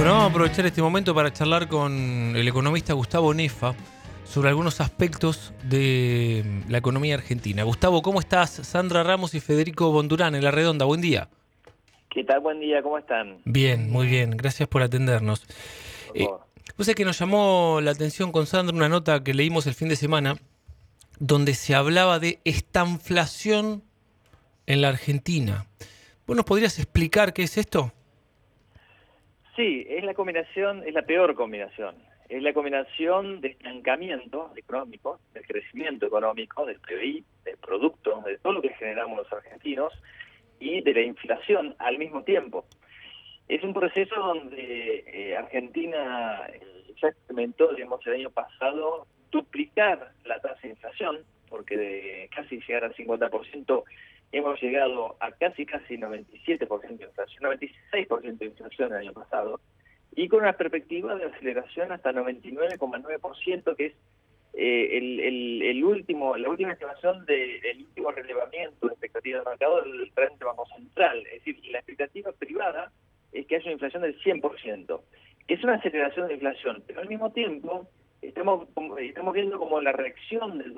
Bueno, vamos a aprovechar este momento para charlar con el economista Gustavo Nefa sobre algunos aspectos de la economía argentina. Gustavo, ¿cómo estás? Sandra Ramos y Federico Bondurán en La Redonda. Buen día. ¿Qué tal? Buen día, ¿cómo están? Bien, muy bien. Gracias por atendernos. Por Eh, favor. Vos sabés que nos llamó la atención con Sandra una nota que leímos el fin de semana donde se hablaba de estanflación en la Argentina. ¿Vos nos podrías explicar qué es esto? Sí, es la combinación, es la peor combinación. Es la combinación de estancamiento económico, del crecimiento económico, del PBI, del producto, de todo lo que generamos los argentinos y de la inflación al mismo tiempo. Es un proceso donde Argentina ya experimentó, digamos, el año pasado duplicar la tasa de inflación, porque de casi llegar al 50% hemos llegado a casi 97% de inflación, 96% de inflación el año pasado, y con una perspectiva de aceleración hasta 99,9%, que es la última estimación del último relevamiento de expectativa de mercado del Frente Banco Central. Es decir, la expectativa privada es que haya una inflación del 100%. Es una aceleración de inflación, pero al mismo tiempo estamos viendo como la reacción del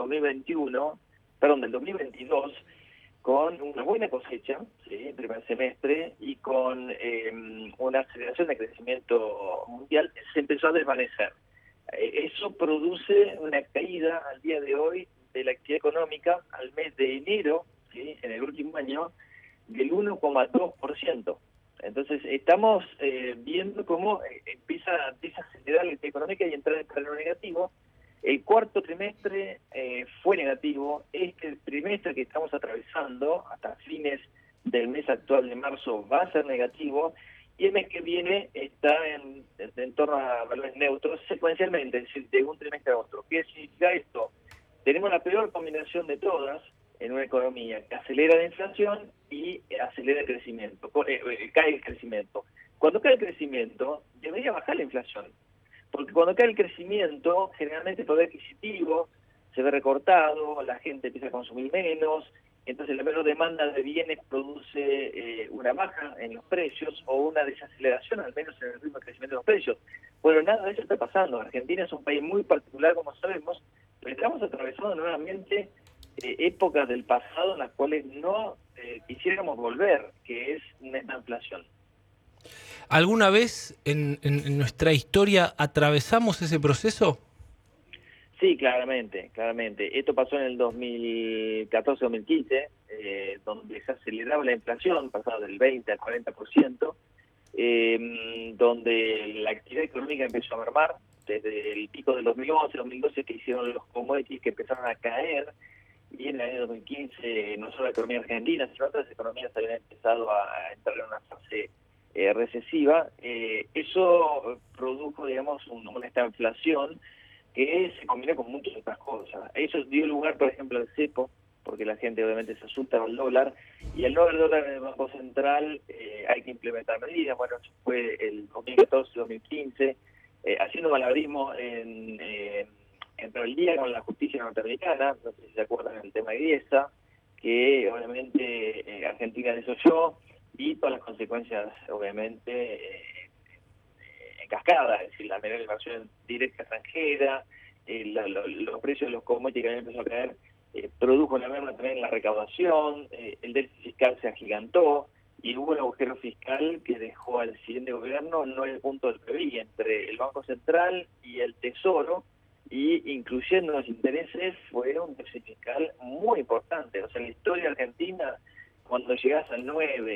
2022, con una buena cosecha, ¿sí?, el primer semestre, y con una aceleración de crecimiento mundial, se empezó a desvanecer. Eso produce una caída al día de hoy de la actividad económica al mes de enero, ¿sí?, en el último año, del 1,2%. Entonces estamos viendo cómo empieza a desacelerar la actividad económica y entrar en terreno negativo. El cuarto trimestre fue negativo. Este trimestre que estamos atravesando hasta fines del mes actual de marzo va a ser negativo, y el mes que viene está en torno a valores neutros secuencialmente, es decir, de un trimestre a otro. ¿Qué significa esto? Tenemos la peor combinación de todas en una economía que acelera la inflación y acelera el crecimiento, cae el crecimiento. Cuando cae el crecimiento, debería bajar la inflación, porque cuando cae el crecimiento, generalmente el poder adquisitivo se ve recortado, la gente empieza a consumir menos, entonces la menor demanda de bienes produce una baja en los precios o una desaceleración, al menos en el ritmo de crecimiento de los precios. Bueno, nada de eso está pasando. Argentina es un país muy particular, como sabemos, pero estamos atravesando nuevamente épocas del pasado en las cuales no quisiéramos volver, que es una inflación. ¿Alguna vez en nuestra historia atravesamos ese proceso? Sí, claramente, claramente. Esto pasó en el 2014-2015, donde se aceleraba la inflación, pasaba del 20 al 40%, donde la actividad económica empezó a mermar desde el pico del 2011-2012, que hicieron los commodities, que empezaron a caer, y en el año 2015 no solo la economía argentina, sino otras economías habían empezado a entrar en una fase recesiva. Eso produjo, digamos, una estanflación que se combinó con muchas otras cosas. Eso dio lugar, por ejemplo, al cepo, porque la gente obviamente se asusta al dólar, y al no haber dólar en el Banco Central hay que implementar medidas. Bueno, eso fue el 2014-2015, haciendo malabarismo en rebeldía con la justicia norteamericana. No sé si se acuerdan del tema de IESA, que obviamente Argentina desoyó, y todas las consecuencias, obviamente, en cascada, es decir, la menor inversión directa extranjera, los precios de los commodities que habían empezado a caer, produjo una merma también en la recaudación, el déficit fiscal se agigantó, y hubo un agujero fiscal que dejó al siguiente gobierno no el punto del PBI entre el Banco Central y el Tesoro, y incluyendo los intereses, fue un déficit fiscal muy importante. O sea, en la historia argentina, cuando llegás al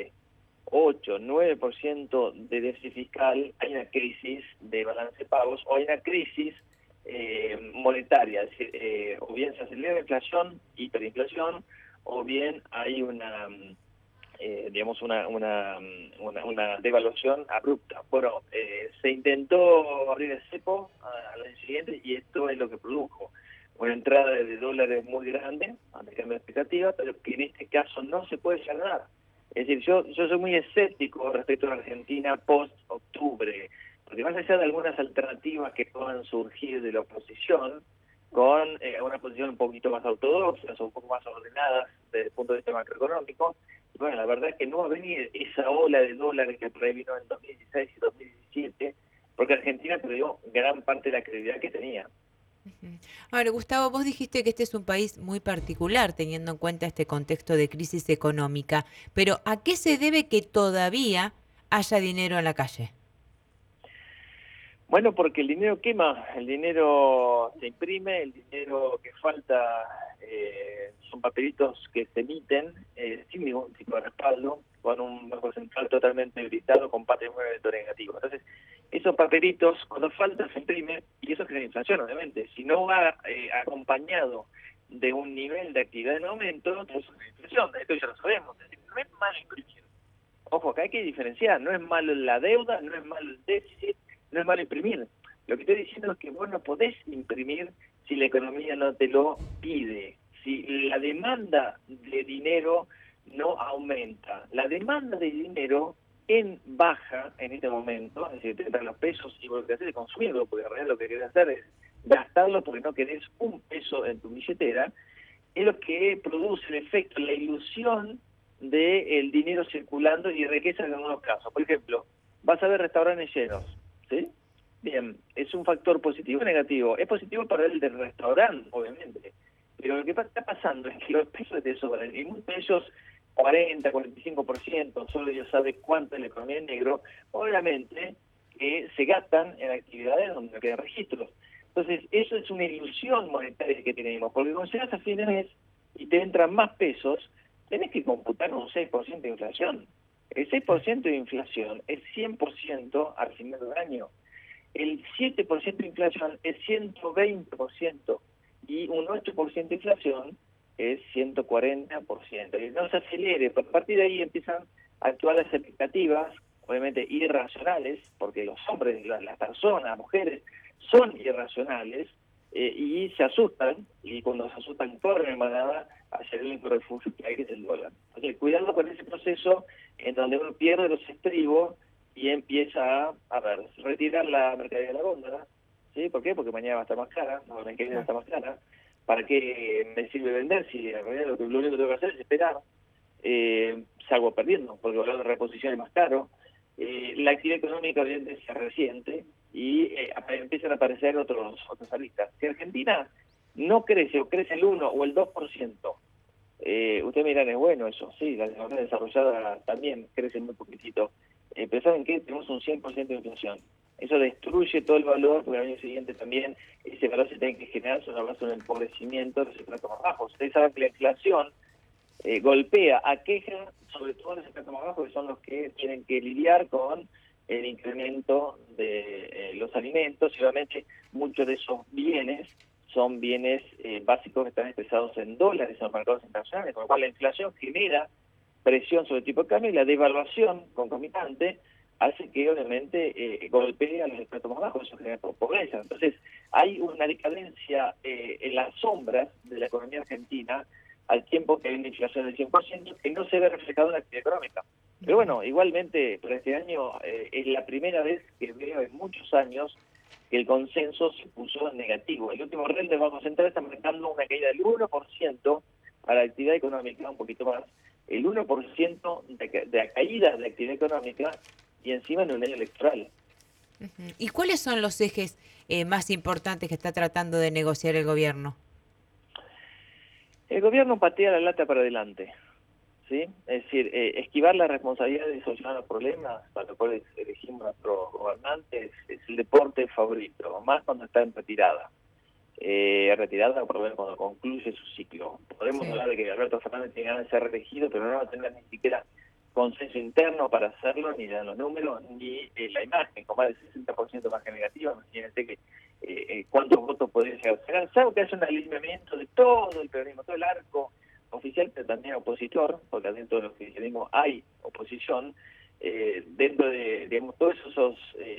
9 de déficit fiscal, hay una crisis de balance de pagos, o hay una crisis monetaria, es decir, o bien se acelera la inflación, hiperinflación, o bien hay digamos, una devaluación abrupta. Bueno, se intentó abrir el cepo al año siguiente, y esto es lo que produjo una entrada de dólares muy grande, ante cambio de expectativa, pero que en este caso no se puede cerrar. Es decir, yo soy muy escéptico respecto a la Argentina post-octubre, porque más allá de algunas alternativas que puedan surgir de la oposición, con una posición un poquito más ortodoxa, o un poco más ordenadas desde el punto de vista macroeconómico, bueno, la verdad es que no va a venir esa ola de dólares que previno en 2016 y 2017, porque Argentina perdió gran parte de la credibilidad que tenía. Ujú. Ahora, Gustavo, vos dijiste que este es un país muy particular teniendo en cuenta este contexto de crisis económica, pero ¿a qué se debe que todavía haya dinero en la calle? Bueno, porque el dinero quema, el dinero se imprime, el dinero que falta son papelitos que se emiten sin ningún tipo de respaldo, con un banco central totalmente debilitado, con patrimonio neto negativo. Entonces, esos papelitos, cuando falta, se imprime, y eso genera inflación, obviamente. Si no va acompañado de un nivel de actividad en aumento, entonces es una inflación. Esto ya lo sabemos. Es decir, no es malo imprimir. Ojo, acá hay que diferenciar. No es malo la deuda, no es malo el déficit, no es malo imprimir. Lo que estoy diciendo es que vos no podés imprimir si la economía no te lo pide. Si la demanda de dinero no aumenta. La demanda de dinero en baja en este momento, es decir, te entran los pesos y vos lo que haces es consumirlo, porque en realidad lo que querés hacer es gastarlo porque no querés un peso en tu billetera, es lo que produce el efecto, la ilusión del dinero circulando y riqueza en algunos casos. Por ejemplo, vas a ver restaurantes llenos, ¿sí? Bien, es un factor positivo o negativo. Es positivo para el del restaurante, obviamente, pero lo que está pasando es que los pesos te sobran, y muchos de ellos 40, 45%, solo Dios sabe cuánto en la economía en negro, obviamente que se gastan en actividades donde no quedan registros. Entonces, eso es una ilusión monetaria que tenemos, porque cuando llegas a fin de mes y te entran más pesos, tenés que computar un 6% de inflación. El 6% de inflación es 100% al final del año. El 7% de inflación es 120% y un 8% de inflación es 140%. Y no se acelere, a partir de ahí empiezan a actuar las expectativas, obviamente irracionales, porque los hombres, las personas, las mujeres, son irracionales y se asustan, y cuando se asustan corren en manada hacia el único refugio que hay, que es el dólar. Entonces, cuidado con ese proceso en donde uno pierde los estribos y empieza a ver, retirar la mercadería de la góndola, ¿sí? ¿Por qué? Porque mañana va a estar más cara, no, la que viene va a estar más cara. ¿Para qué me sirve vender si en realidad lo único que tengo que hacer es esperar? Salgo perdiendo, porque el valor de reposición es más caro. La actividad económica obviamente se resiente y empiezan a aparecer otros aristas. Si Argentina no crece o crece el 1 o el 2%, ustedes me dirán, es bueno eso, sí, la economía desarrollada también crece muy poquitito. Pero ¿saben qué? Tenemos un 100% de inflación. Eso destruye todo el valor, porque al año siguiente también ese valor se tiene que generar sobre la base de un empobrecimiento de los estratos más bajos. Ustedes saben que la inflación golpea, aqueja sobre todo los estratos más bajos, que son los que tienen que lidiar con el incremento de los alimentos, y obviamente muchos de esos bienes son bienes básicos que están expresados en dólares en los mercados internacionales, con lo cual la inflación genera presión sobre el tipo de cambio y la devaluación concomitante hace que obviamente golpee a los estratos más bajos, eso genera pobreza. Entonces hay una decadencia en las sombras de la economía argentina al tiempo que hay una inflación del 100% que no se ve reflejado en la actividad económica. Pero bueno, igualmente para este año es la primera vez que veo en muchos años que el consenso se puso en negativo. El último rel del Banco Central está marcando una caída del 1% para la actividad económica, un poquito más, el 1% de caída de actividad económica y encima en un año electoral. Ujú. ¿Y cuáles son los ejes más importantes que está tratando de negociar el gobierno? El gobierno patea la lata para adelante, ¿sí? Es decir, esquivar la responsabilidad de solucionar los problemas para los cuales elegimos a nuestros gobernantes es el deporte favorito, más cuando está en retirada. Retirada por ver cuando concluye su ciclo. Podemos Sí. hablar de que Alberto Fernández tiene ganas de ser reelegido, pero no va a tener ni siquiera consenso interno para hacerlo, ni de los números, ni la imagen, con más del 60% más que negativa. Imagínense que cuántos votos podría llegar a sacar. Salvo que haya un alineamiento de todo el peronismo, todo el arco oficial, pero también opositor, porque dentro del oficialismo hay oposición, dentro de, digamos, todos esos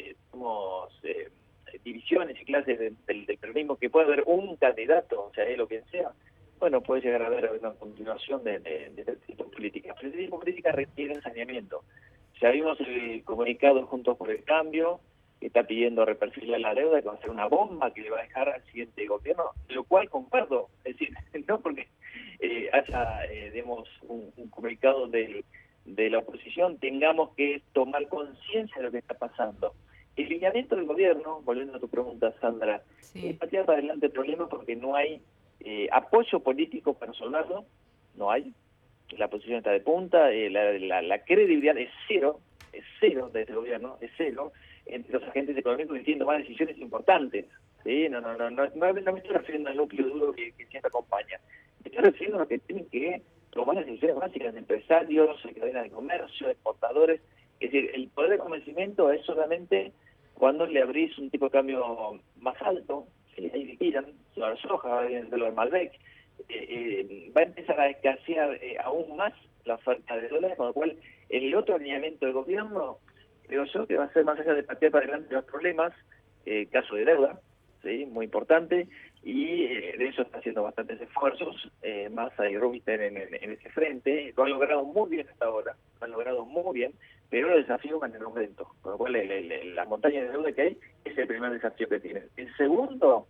divisiones y clases del peronismo, que puede haber un candidato, o sea, él o quien sea, bueno, puede llegar a haber una continuación de este tipo de políticas. Pero este tipo de políticas requieren saneamiento. Ya vimos el comunicado Juntos por el Cambio, que está pidiendo reperfilar la deuda, que va a ser una bomba que le va a dejar al siguiente gobierno, lo cual concuerdo. Es decir, no porque haya, digamos, un comunicado de la oposición, tengamos que tomar conciencia de lo que está pasando. El lineamiento del gobierno, volviendo a tu pregunta, Sandra, es patear para adelante el problema porque no hay apoyo político para resolverlo, no hay. La oposición está de punta, la credibilidad es cero de este gobierno, es cero, entre los agentes económicos que tienen tomar decisiones importantes. ¿Sí? No me estoy refiriendo al núcleo duro que siempre acompaña. Me estoy refiriendo a los que tienen que tomar las decisiones básicas de empresarios, de cadenas de comercio, de exportadores. Es decir, el poder de convencimiento es solamente cuando le abrís un tipo de cambio más alto, ¿sí? Ahí liquidan, la soja, va a venir de lo de Malbec, va a empezar a escasear aún más la oferta de dólares, con lo cual el otro alineamiento del gobierno, creo yo, que va a ser más allá de patear para adelante los problemas, caso de deuda, ¿sí? Muy importante, y de eso está haciendo bastantes esfuerzos, Massa y Rubinstein en ese frente, lo han logrado muy bien hasta ahora, lo han logrado muy bien, pero los desafíos van en aumento, con lo cual la montaña de deuda que hay es el primer desafío que tienen. El segundo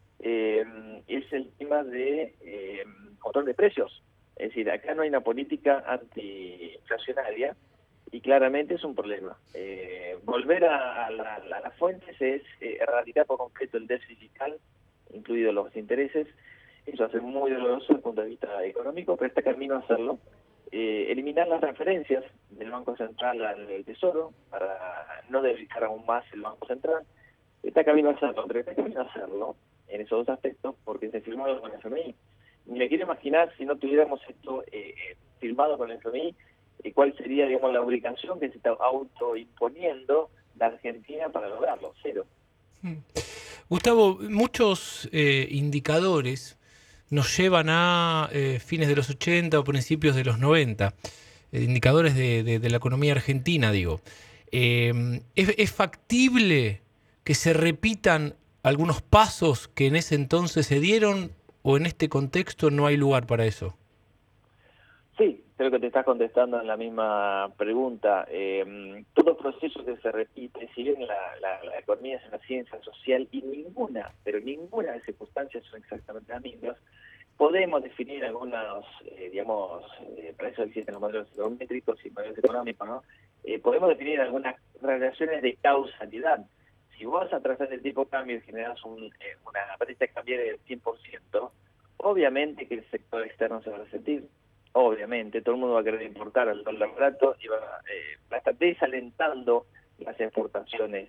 es el tema de control de precios, es decir, acá no hay una política antiinflacionaria, y claramente es un problema. Volver a las fuentes es erradicar por completo el déficit fiscal, incluidos los intereses. Eso hace muy doloroso desde el punto de vista económico, pero está camino a hacerlo. Eliminar las referencias del Banco Central al Tesoro para no debilitar aún más el Banco Central. Está camino a hacerlo, pero está camino a hacerlo en esos dos aspectos porque se firmó con el FMI. Ni me quiero imaginar si no tuviéramos esto firmado con el FMI, cuál sería, digamos, la obligación que se está autoimponiendo la Argentina para lograrlo, cero. Gustavo, muchos indicadores nos llevan a fines de los 80 o principios de los 90, indicadores de la economía argentina, digo. ¿Es factible que se repitan algunos pasos que en ese entonces se dieron o en este contexto no hay lugar para eso? Sí, creo que te estás contestando en la misma pregunta. Todo proceso que se repite, si bien la economía es una ciencia social y ninguna de las circunstancias son exactamente las mismas, podemos definir algunos, para eso existen los modelos econométricos y modelos económicos, ¿no? Podemos definir algunas relaciones de causalidad. Si vos a través del tipo de cambio generás una brecha cambiaria del 100%, obviamente que el sector externo se va a resentir. Obviamente, todo el mundo va a querer importar al dólar barato y va a estar desalentando las exportaciones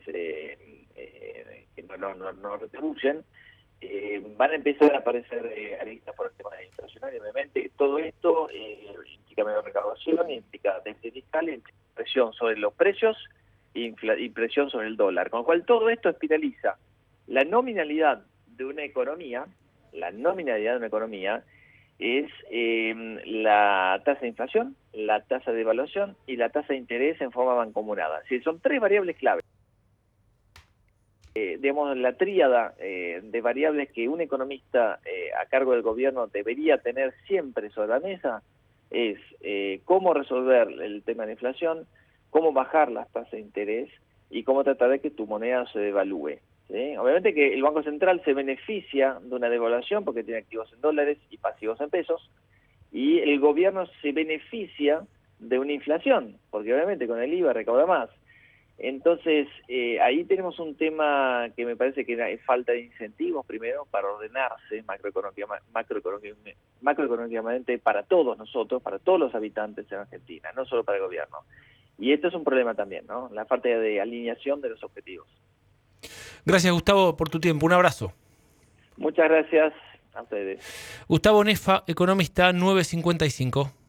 que no retribuyen. Van a empezar a aparecer aristas por el tema de inflacionario. Obviamente, todo esto implica menor recaudación, implica déficit fiscal, implica presión sobre los precios y presión sobre el dólar. Con lo cual, todo esto espiraliza la nominalidad de una economía, es la tasa de inflación, la tasa de devaluación y la tasa de interés en forma mancomunada. Es decir, son tres variables clave. La tríada de variables que un economista a cargo del gobierno debería tener siempre sobre la mesa es cómo resolver el tema de la inflación, cómo bajar las tasas de interés y cómo tratar de que tu moneda se devalúe. ¿Sí? Obviamente que el Banco Central se beneficia de una devaluación porque tiene activos en dólares y pasivos en pesos, y el gobierno se beneficia de una inflación, porque obviamente con el IVA recauda más. Entonces, ahí tenemos un tema que me parece que es falta de incentivos, primero, para ordenarse macroeconómicamente para todos nosotros, para todos los habitantes en Argentina, no solo para el gobierno. Y esto es un problema también, ¿no? La falta de alineación de los objetivos. Gracias, Gustavo, por tu tiempo. Un abrazo. Muchas gracias a ustedes. Gustavo Neffa, economista 955.